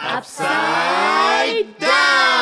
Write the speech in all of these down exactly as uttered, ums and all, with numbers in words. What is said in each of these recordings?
Upside Down!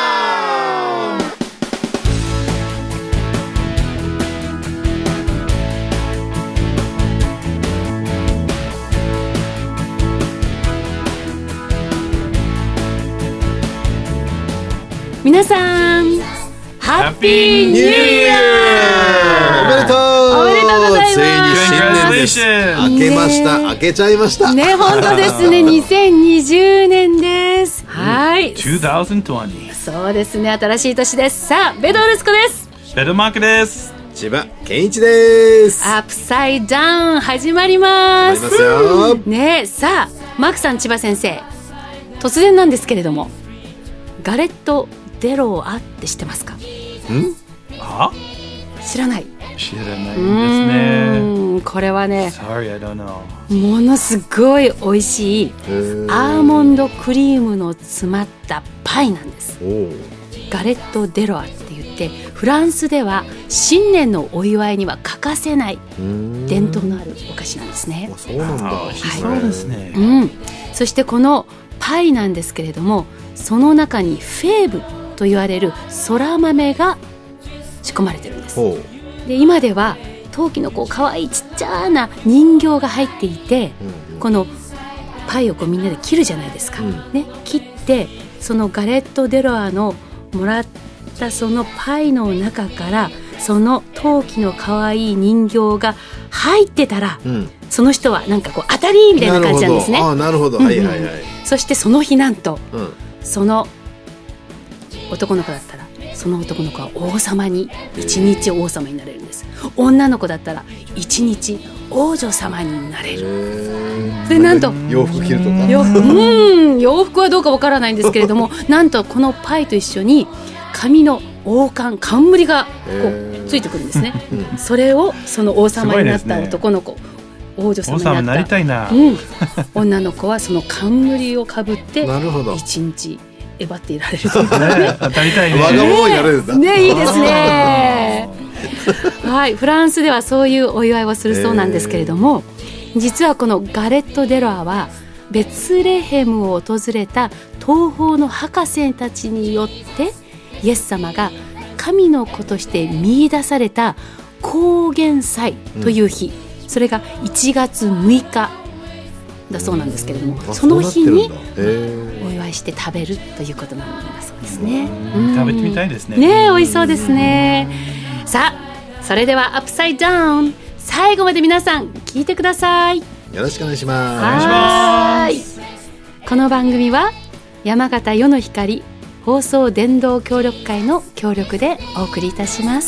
皆さんハッピーニューイヤー。 おめでとう。 おめでとうございます。 ついに新年です。明けました、ね、明けちゃいましたね。本当ですね。にせんにじゅうねんです。はい、にせんにじゅう。そうですね、新しい年です。さあ、ベドルスコです。 ベドマークです。 千葉健一です。 アップサイダウン始まります。 始まりますよ、 ね。さあ、マークさん、千葉先生、突然なんですけれども、ガレット・デローアって知ってますか？ん？ は？ 知らない。 知らないですね。 これはね、 Sorry, I don't know. ものすごい美味しいアーモンドクリームの詰まったパイなんです。ガレット・デロアって言って、フランスでは新年のお祝いには欠かせない伝統のあるお菓子なんですね。 そうなんだ。 はい、そうですね、 うん、そしてこのパイなんですけれども、その中にフェーブと言われるそら豆が仕込まれてるんです。で、今では陶器のこう可愛いちっちゃな人形が入っていて、うんうん、このパイをこうみんなで切るじゃないですか、うんね、切ってそのガレット・デロアのもらったそのパイの中からその陶器の可愛い人形が入ってたら、うん、その人はなんかこう当たりみたいな感じなんですね。 あ、なるほど、はいはいはい。 そしてその日なんと、うん、その男の子だったらその男の子は王様に一日王様になれるんです。女の子だったら一日王女様になれる。で、なんと洋服着るとか、 洋服、うん、洋服はどうかわからないんですけれどもなんとこのパイと一緒に紙の王冠、冠がこうついてくるんですね。それをその王様になった男の子、ね、王女様になった王様になりたいな、 うん、女の子はその冠をかぶって一日えばっていられるというね。 当たりたいね。 わがままになれるんだね。いいですね。はい、フランスではそういうお祝いをするそうなんですけれども、実はこのガレット・デロアはベツレヘムを訪れた東方の博士たちによってイエス様が神の子として見出された高原祭という日、うん、それがいちがつむいかだそうなんですけれども、うん、その日にお祝いして食べるということなんだそうですね。 うん、食べてみたいですね。 ね、美味しそうですね。さあ、それではアップサイダウン、最後まで皆さん聞いてください。 よろしくお願いします。 はい。この番組は山形世の光放送伝道協力会の協力でお送りいたします。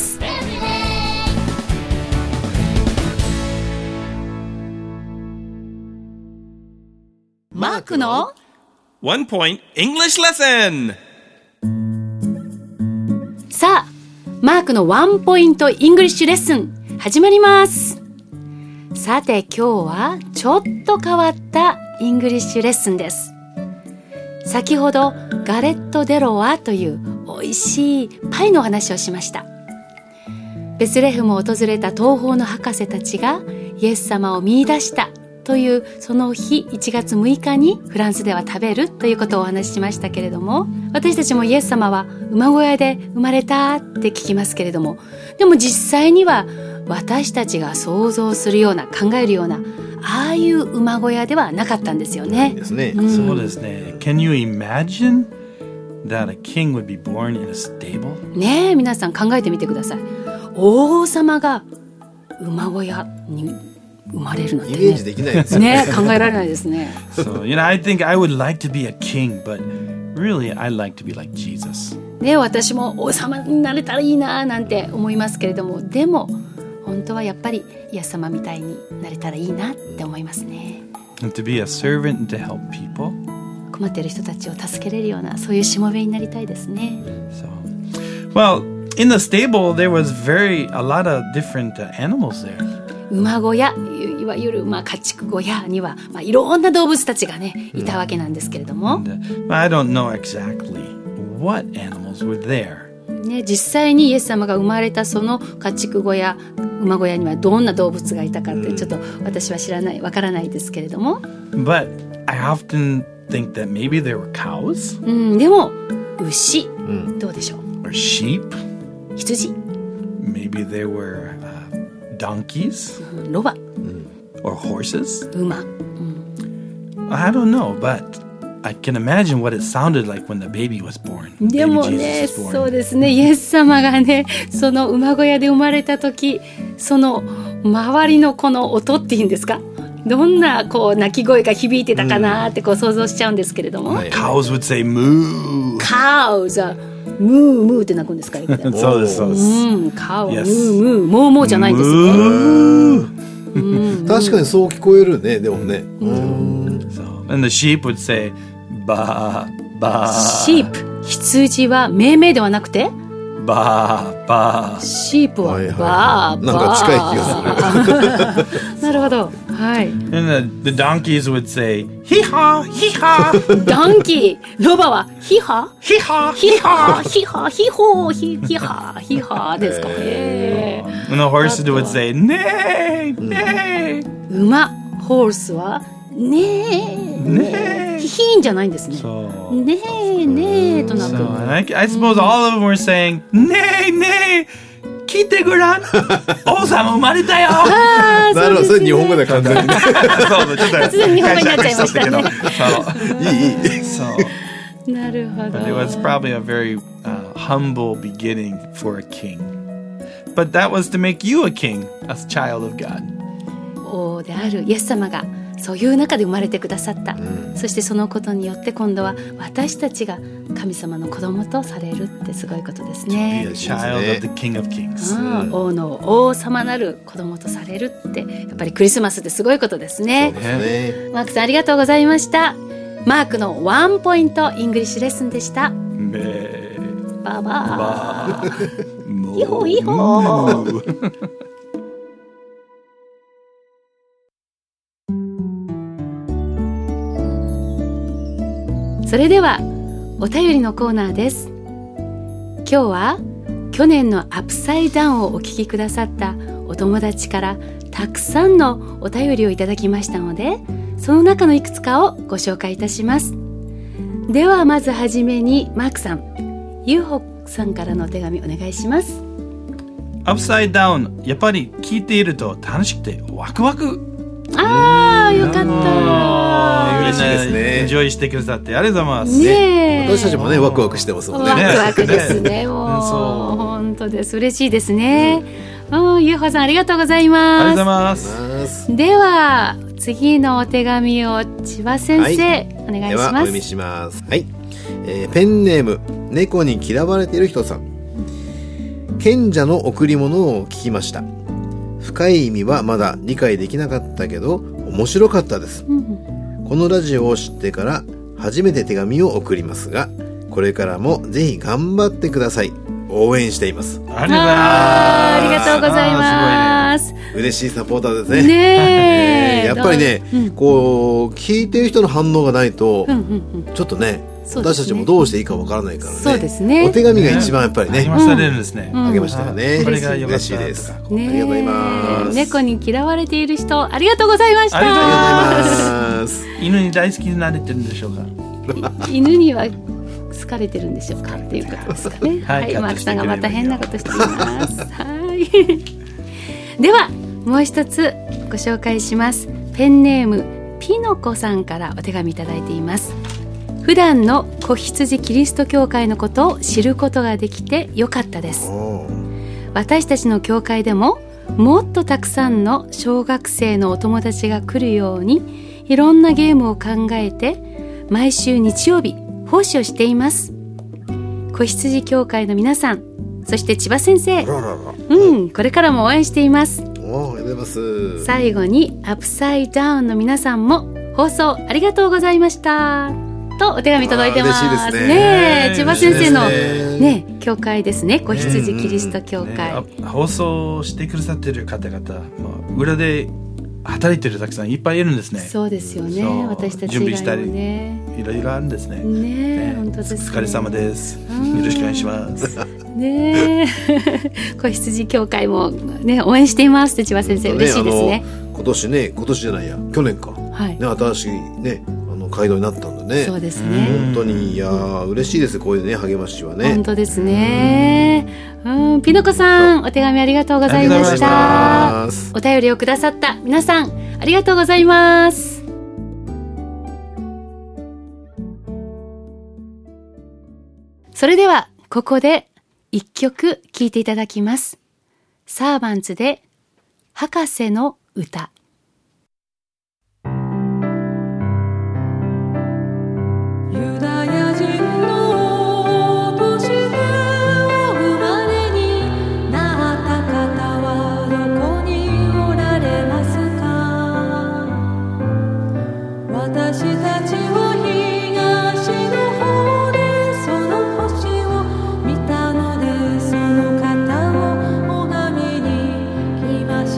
マークの One Point English Lesson。 さあ、マークのワンポイントイングリッシュレッスン始まります。さて、今日はちょっと変わったイングリッシュレッスンです。先ほどガレット・デロアという美味しいパイのお話をしました。ベツレヘムを訪れた東方の博士たちがイエス様を見出したというその日いちがつむいかにフランスでは食べるということをお話ししましたけれども、私たちもイエス様は馬小屋で生まれたって聞きますけれども、でも実際には私たちが想像するような考えるようなああいう馬小屋ではなかったんですよね。 ですね、 うん、そうですね。 Can you imagine that a king would be born in a stable? ねえ、皆さん考えてみてください。王様が馬小屋に生まれるなんて、ね、 イメージできないですね。 ね、考えられないですね。 So, you know, I think I would like to be a king, but really I like to be like Jesus. ね、私も王様になれたらいいななんて思いますけれども、でも本当はやっぱりイエス様みたいになれたらいいなって思いますね。 And to be a servant and to help people. 困っている人たちを助けれるような、そういうしもべになりたいですね。 So, well, in the stable there was very a lot of different uh, animals there. 馬小屋、いわゆるまあ家畜小屋には、まあ、いろんな動物たちがねいたわけなんですけれども、 And, uh, I don't know exactly what animals were there. ね、実際にイエス様が生まれたその家畜小屋、馬小屋にはどんな動物がいたかってちょっと私は知らない、わからないですけれども。 But I often think that maybe there were cows うん、でも牛、どうでしょう。 or sheep. 羊、 Maybe there were uh, donkeys うん、ロバ、 or horses. 馬。 I don't know, but I can imagine what it sounded like when the baby was born. で Baby も Jesus ね、 was born. そうですね、イエス様がね、その馬小屋で生まれた時、その周りのこの音っていうんですか、どんなこう鳴き声が響いてたかなってこう想像しちゃうんですけれども、 はい Cows would say moo. カウザ、ムームーって鳴くんですか、英語で。 そうです、そうです。 うん、カウ、ム Yes. ームー、モーモーじゃないんですね。 Moo. 確かにそう聞こえるね、でもね。うん。 So, and the sheep would say ba ba シープ、羊は命名ではなくて、 ba ba. シープははいはいバーバー。 なんか近い気がする。 なるほど。はい。 And the, the donkeys would say hee haw hee haw ダンキー、ロバはヒハ hee haw ヒ hee ハ haw. ヒハヒホーヒヒハヒハですか。へー And the horses would say neigh neigh. 馬、ホースはねえねえヒヒーンじゃないんですね。 So, ねえねえとな so く。 and I, I suppose all of them were saying neigh neigh. 聞いてごらん。王様生まれたよ。 あーなるほど、それ日本語でで完全にね。 そうちょっと突然日本語になっちゃいましたね。 そういい、いい。 So, なるほど。 but it was probably a very uh, humble beginning for a king. But that was to make you a king, a child of God. 王であるイエス様がそういう中で生まれてくださった、そしてそのことによって今度は私たちが神様の子供とされるってすごいことですね。 Be a child of the King of Kings. ああ、王の王様なる子供とされるってやっぱりクリスマスってすごいことですね。 ね。 マークさんありがとうございました。マークのワンポイントイングリッシュレッスンでした。 めバーバーばイホイホそれではお便りのコーナーです。今日は去年のアップサイダウンをお聞きくださったお友達からたくさんのお便りをいただきましたので、その中のいくつかをご紹介いたします。ではまずはじめにマークさん、ユーホさんからのお手紙お願いします。 アップサイダウン、やっぱり聞いていると楽しくてワクワク。 あーよかった。 嬉しいですねエンジョイしてくださってありがとうございます。 ねえ、 私たちもね、ワクワクしてますもんね。 ワクワクですね。もうそう本当です。嬉しいですね。うん、ゆうほさんありがとうございます。 ありがとうございます。 では次のお手紙を千葉先生、はい、お願いしではおます。 読みします。はい、えー、ペンネーム猫に嫌われている人さん。賢者の贈り物を聞きました。深い意味はまだ理解できなかったけど面白かったです、うん、このラジオを知ってから初めて手紙を送りますが、これからもぜひ頑張ってください。応援しています。 ありがとうございます。 ありがとうございます。 嬉しいサポーターですね。 ねえやっぱりね、うん、こう聞いてる人の反応がないと、うんうんうん、ちょっとね、私たちもどうしていいかわからないからね。 そうですね。 お手紙が一番やっぱりね。 励まされるんですね。 あげましたよね。 これがよかった。 嬉しいです。 ね、 ありがとうございます。 猫に嫌われている人、ありがとうございました。 ありがとうございます。 犬に大好きになれてるんでしょうか。 犬には好かれてるんでしょうかっていうことですかね。はい、マークさんがまた変なことしています。はい。ではもう一つご紹介します。ペンネームピノコさんからお手紙いただいています。普段の子羊キリスト教会のことを知ることができてよかったです。私たちの教会でももっとたくさんの小学生のお友達が来るようにいろんなゲームを考えて毎週日曜日奉仕をしています。子羊教会の皆さん、そして千葉先生、 らららうん、これからも応援しています。 おー、ありがとうございます。 最後にアップサイダウンの皆さんも放送ありがとうございましたとお手紙届いてます。 嬉しいですね。 ねえ、千葉先生のねね教会ですね。子羊キリスト教会、 ねね、放送してくださっている方々、まあ、裏で働いてるたくさんいっぱいいるんですね。 そうですよね。私たち以外もね、 いろいろあるんですね。 ね、 ね、 本当ですね。 お疲れ様です。よろしくお願いします。 ね子羊教会もね応援していますって千葉先生、ね、嬉しいですね。 今年ね、今年じゃないや、去年か。 はい。 ね、新しいね、あの街道になったんだね。 そうですね。 本当に、いやー嬉しいですこういうね励ましはね。 本当ですね。うん、ピノコさん、お手紙ありがとうございましありた。 がとうございます。 お便りをくださった皆さん、ありがとうございます。それではここで一曲聴いていただきます。サーバンツで博士の歌。 ユダヤ人の年子を生まれになった方はどこにおられますか。私たちは東の方でその星を見たので、その方を拝みに来ました。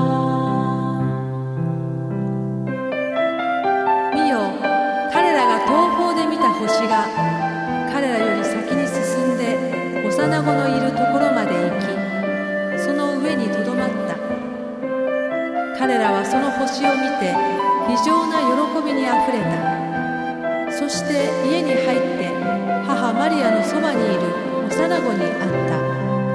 見よ、彼らが東方で見た星が彼らより先に進んで幼子のいるところまで行き、その上にとどまった。彼らはその星を見て非常な喜びにあふれた。そして家に入って母マリアのそばにいる幼子に会った。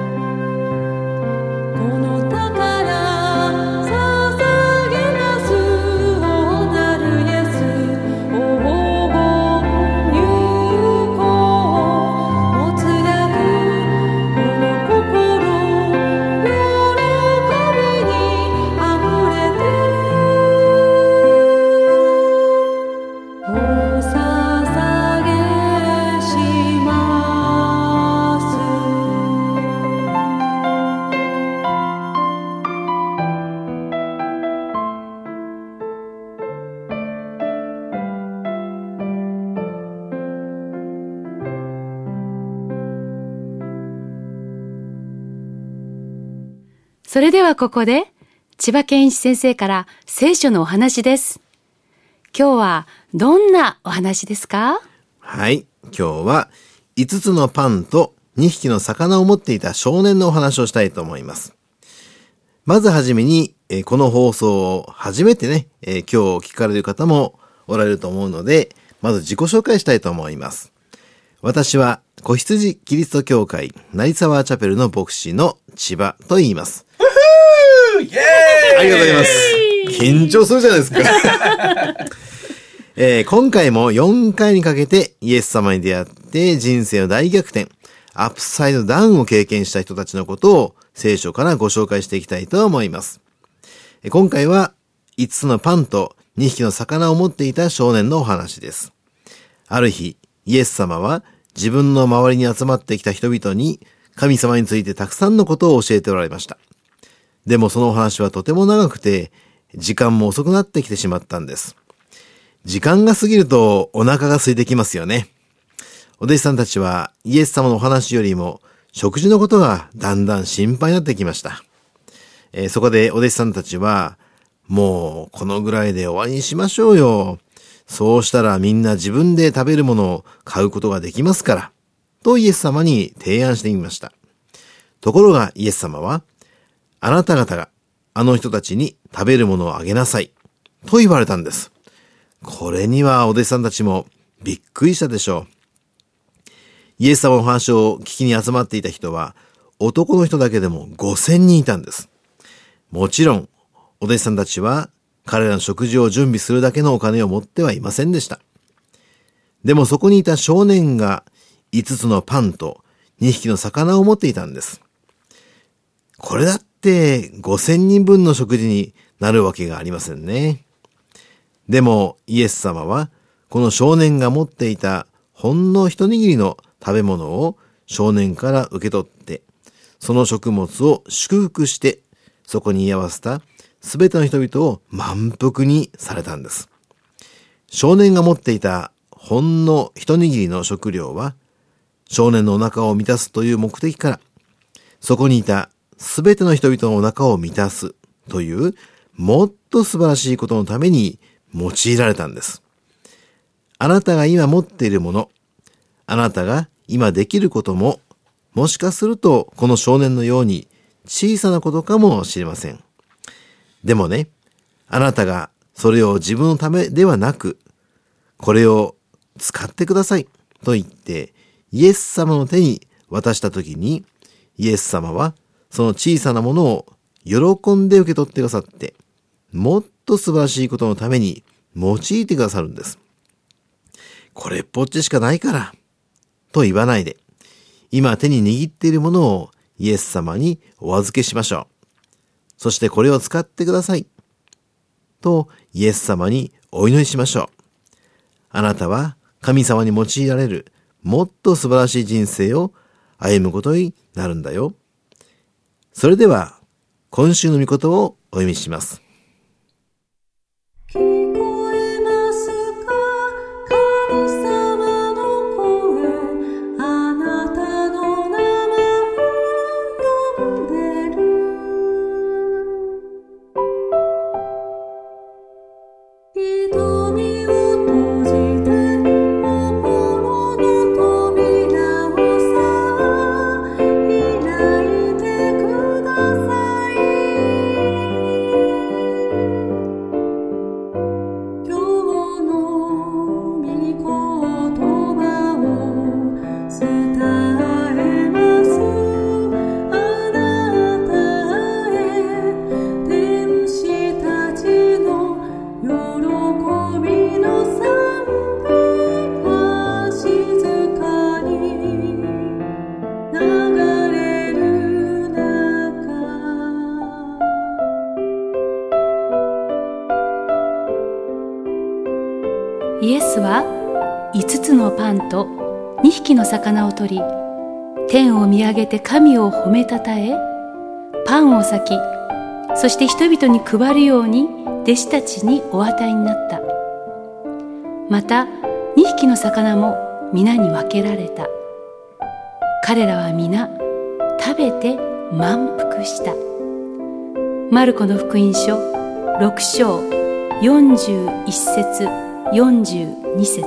この宝捧げますおなるイエス、黄金有効もつやくこの心喜びにあふれてお捧げします。 それではここで千葉健一先生から聖書のお話です。今日はどんなお話ですか？ はい、今日はいつつのパンとにひきの魚を持っていた少年のお話をしたいと思います。まずはじめに、えーこの放送を初めてね、えー今日聞かれる方もおられると思うので、まず自己紹介したいと思います。私は子羊キリスト教会成沢チャペルの牧師の千葉と言います。 イエーイありがとうございます。緊張するじゃないですか。えー今回もよんかいにかけてイエス様に出会って人生の大逆転、アップサイドダウンを経験した人たちのことを聖書からご紹介していきたいと思います。えー今回はいつつのパンとにひきの魚を持っていた少年のお話です。ある日、イエス様は自分の周りに集まってきた人々に神様についてたくさんのことを教えておられました。でもそのお話はとても長くて、時間も遅くなってきてしまったんです。時間が過ぎるとお腹が空いてきますよね。お弟子さんたちはイエス様のお話よりも食事のことがだんだん心配になってきました。えーそこでお弟子さんたちは、もうこのぐらいで終わりにしましょうよ。そうしたらみんな自分で食べるものを買うことができますから。とイエス様に提案してみました。ところがイエス様は、あなた方があの人たちに食べるものをあげなさい。と言われたんです。これにはお弟子さんたちもびっくりしたでしょう。イエス様の話を聞きに集まっていた人は男の人だけでもごせんにんいたんです。もちろんお弟子さんたちは彼らの食事を準備するだけのお金を持ってはいませんでした。でもそこにいた少年がいつつのパンとにひきの魚を持っていたんです。これだってごせんにんぶんの食事になるわけがありませんね。でもイエス様はこの少年が持っていたほんの一握りの食べ物を少年から受け取って、その食物を祝福して、そこに居合わせたすべての人々を満腹にされたんです。少年が持っていたほんの一握りの食料は、少年のお腹を満たすという目的から、そこにいたすべての人々のお腹を満たすというもっと素晴らしいことのために用いられたんです。あなたが今持っているもの、あなたが今できることも、もしかするとこの少年のように小さなことかもしれません。でもね、あなたがそれを自分のためではなく、 これを使ってくださいと言ってイエス様の手に渡したときに、イエス様はその小さなものを喜んで受け取ってくださって、もっと素晴らしいことのために用いてくださるんです。これっぽっちしかないからと言わないで、今手に握っているものをイエス様にお預けしましょう。そしてこれを使ってくださいとイエス様にお祈りしましょう。あなたは神様に用いられるもっと素晴らしい人生を歩むことになるんだよ。それでは今週の御言葉をお読みします。 イエスは五つのパンと二匹の魚を取り、天を見上げて神を褒めたたえ、パンを裂き、そして人々に配るように弟子たちにお与えになった。また二匹の魚も皆に分けられた。彼らは皆食べて満腹した。マルコの福音書六章四十一節四十二節。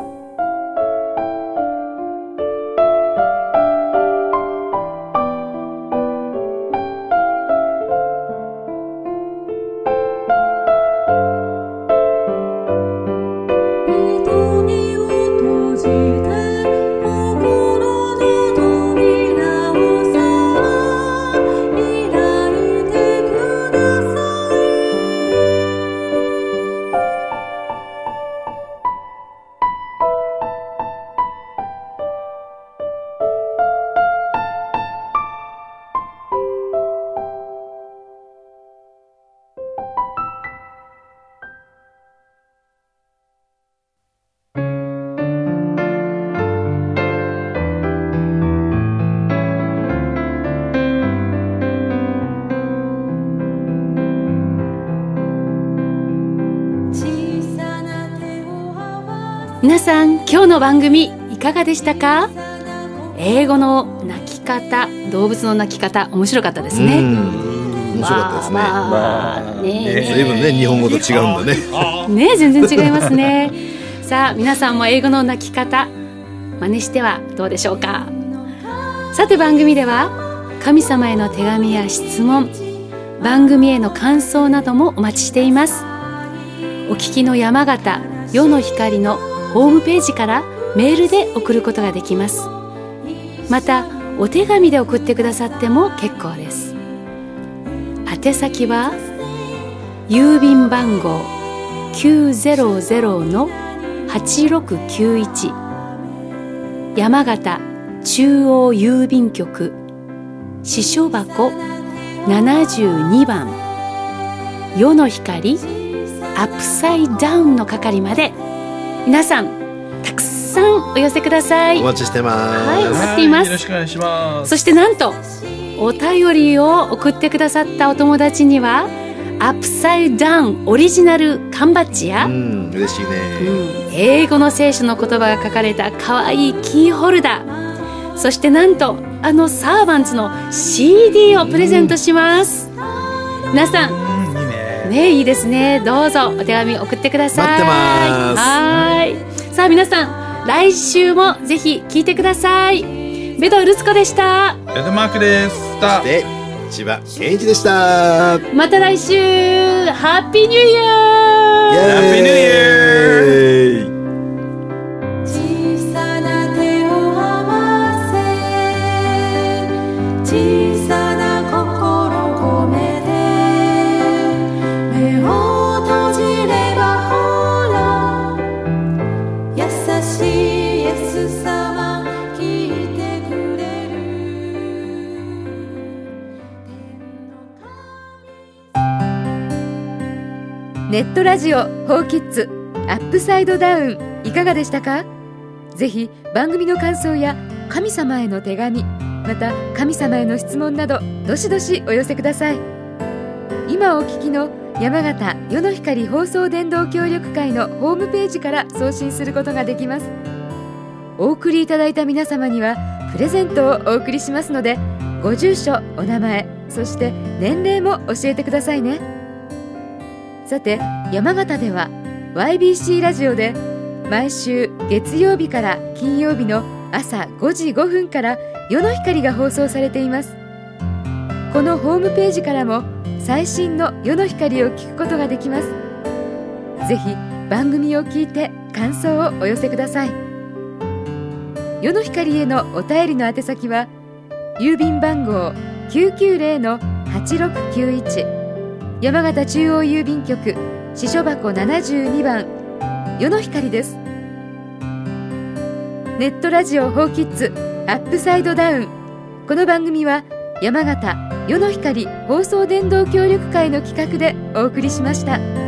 皆さん、今日の番組いかがでしたか？英語の鳴き方、動物の鳴き方、面白かったですね。 面白かったですね。 まあね、 随分ね、日本語と違うんだね。 ね、全然違いますね。さあ、皆さんも英語の鳴き方真似してはどうでしょうか？さて、番組では神様への手紙や質問、番組への感想などもお待ちしています。お聞きの山形世の光のホームページからメールで送ることができます。またお手紙で送ってくださっても結構です。宛先は郵便番号 きゅうゼロゼロのはちろくきゅういち 山形中央郵便局支所箱ななじゅうにばん、世の光アップサイダウンの係まで、皆さんたくさんお寄せください。 お待ちしてます。 はい、待っています。 よろしくお願いします。 そしてなんとお便りを送ってくださったお友達にはアップサイダウンオリジナル缶バッジや、 うん、嬉しいね、 うん、英語の聖書の言葉が書かれたかわいいキーホルダー、そしてなんとあのサーバンツの シーディー をプレゼントします。皆さん、 うん、いいね。 ね、いいですね。どうぞお手紙送ってください。 待ってます。 はい。さあ皆さん、来週もぜひ聞いてください。ベドルツコでした。 エドマークでした。 で、千葉健一でした。 また来週。ハッピーニューイヤー。 イエーイ。 ハッピーニューイヤー。 ネットラジオフォーキッズアップサイドダウンいかがでしたか？ぜひ番組の感想や神様への手紙、また神様への質問などどしどしお寄せください。今お聞きの山形世の光放送伝道協力会のホームページから送信することができます。お送りいただいた皆様にはプレゼントをお送りしますので、ご住所、お名前、そして年齢も教えてくださいね。さて、山形では ワイビーシー ラジオで毎週月曜日から金曜日の朝ごじごふんから世の光が放送されています。このホームページからも最新の世の光を聞くことができます。ぜひ番組を聞いて感想をお寄せください。世の光へのお便りの宛先は郵便番号 きゅうきゅうゼロのはちろくきゅういち 山形中央郵便局支所箱ななじゅうにばん世の光です。ネットラジオフォーキッズアップサイドダウン、この番組は山形世の光放送伝道協力会の企画でお送りしました。